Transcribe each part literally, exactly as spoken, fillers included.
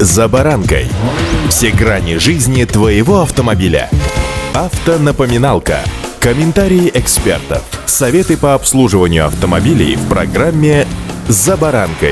«За баранкой». Все грани жизни твоего автомобиля. Автонапоминалка. Комментарии экспертов. Советы по обслуживанию автомобилей в программе «За баранкой».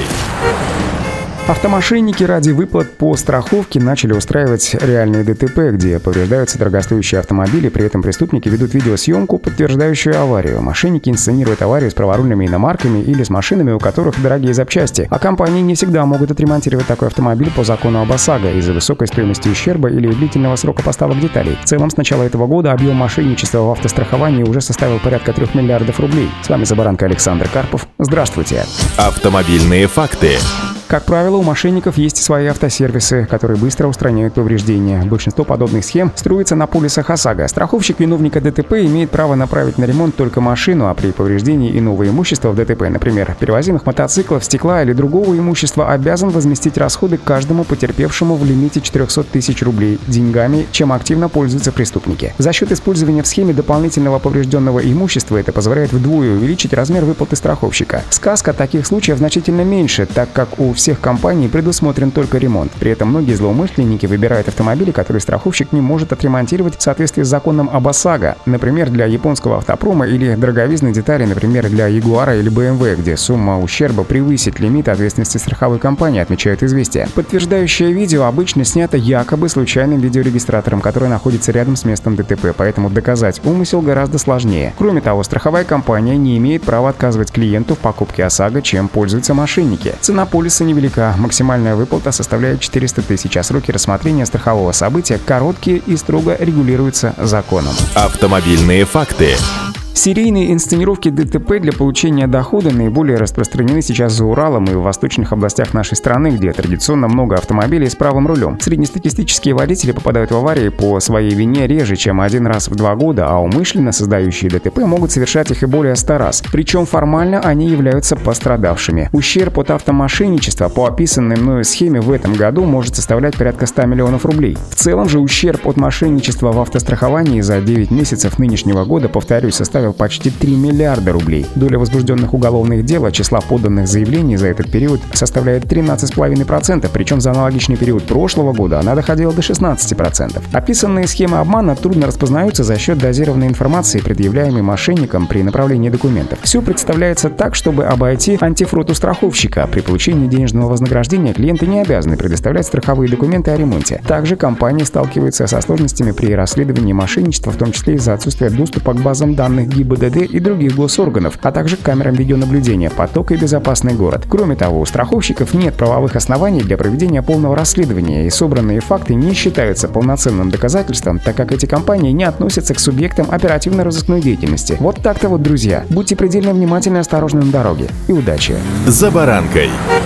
Автомошенники ради выплат по страховке начали устраивать реальные ДТП, где повреждаются дорогостоящие автомобили, при этом преступники ведут видеосъемку, подтверждающую аварию. Мошенники инсценируют аварию с праворульными иномарками или с машинами, у которых дорогие запчасти, а компании не всегда могут отремонтировать такой автомобиль по закону об ОСАГО из-за высокой стоимости ущерба или длительного срока поставок деталей. В целом, с начала этого года объем мошенничества в автостраховании уже составил порядка трех миллиардов рублей. С вами «За баранкой» Александр Карпов. Здравствуйте. Автомобильные факты. Как правило, у мошенников есть свои автосервисы, которые быстро устраняют повреждения. Большинство подобных схем строится на полисах ОСАГО. Страховщик виновника ДТП имеет право направить на ремонт только машину, а при повреждении иного имущества в ДТП, например, перевозимых мотоциклов, стекла или другого имущества, обязан возместить расходы каждому потерпевшему в лимите четыреста тысяч рублей деньгами, чем активно пользуются преступники. За счет использования в схеме дополнительного поврежденного имущества это позволяет вдвое увеличить размер выплаты страховщика. Сказка таких случаев значительно меньше, так как у всех компаний предусмотрен только ремонт. При этом многие злоумышленники выбирают автомобили, которые страховщик не может отремонтировать в соответствии с законом об ОСАГО. Например, для японского автопрома или дороговизной детали, например, для Ягуара или бэ эм вэ, где сумма ущерба превысит лимит ответственности страховой компании, отмечают «Известия». Подтверждающее видео обычно снято якобы случайным видеорегистратором, который находится рядом с местом ДТП, поэтому доказать умысел гораздо сложнее. Кроме того, страховая компания не имеет права отказывать клиенту в покупке ОСАГО, чем пользуются мошенники. Цена полиса невелика, максимальная выплата составляет четыреста тысяч, а сроки рассмотрения страхового события короткие и строго регулируются законом. Автомобильные факты. Серийные инсценировки ДТП для получения дохода наиболее распространены сейчас за Уралом и в восточных областях нашей страны, где традиционно много автомобилей с правым рулем. Среднестатистические водители попадают в аварии по своей вине реже, чем один раз в два года, а умышленно создающие ДТП могут совершать их и более ста раз. Причем формально они являются пострадавшими. Ущерб от автомошенничества по описанной мною схеме в этом году может составлять порядка ста миллионов рублей. В целом же ущерб от мошенничества в автостраховании за девять месяцев нынешнего года, повторюсь, составил почти три миллиарда рублей. Доля возбужденных уголовных дел от числа поданных заявлений за этот период составляет тринадцать целых пять десятых процента, причем за аналогичный период прошлого года она доходила до шестнадцати процентов. Описанные схемы обмана трудно распознаются за счет дозированной информации, предъявляемой мошенникам при направлении документов. Все представляется так, чтобы обойти антифроту страховщика. При получении денежного вознаграждения клиенты не обязаны предоставлять страховые документы о ремонте. Также компании сталкиваются со сложностями при расследовании мошенничества, в том числе из-за отсутствия доступа к базам данных ГИБДД и других госорганов, а также к камерам видеонаблюдения, поток и безопасный город. Кроме того, у страховщиков нет правовых оснований для проведения полного расследования, и собранные факты не считаются полноценным доказательством, так как эти компании не относятся к субъектам оперативно-розыскной деятельности. Вот так-то вот, друзья. Будьте предельно внимательны и осторожны на дороге. И удачи! «За баранкой».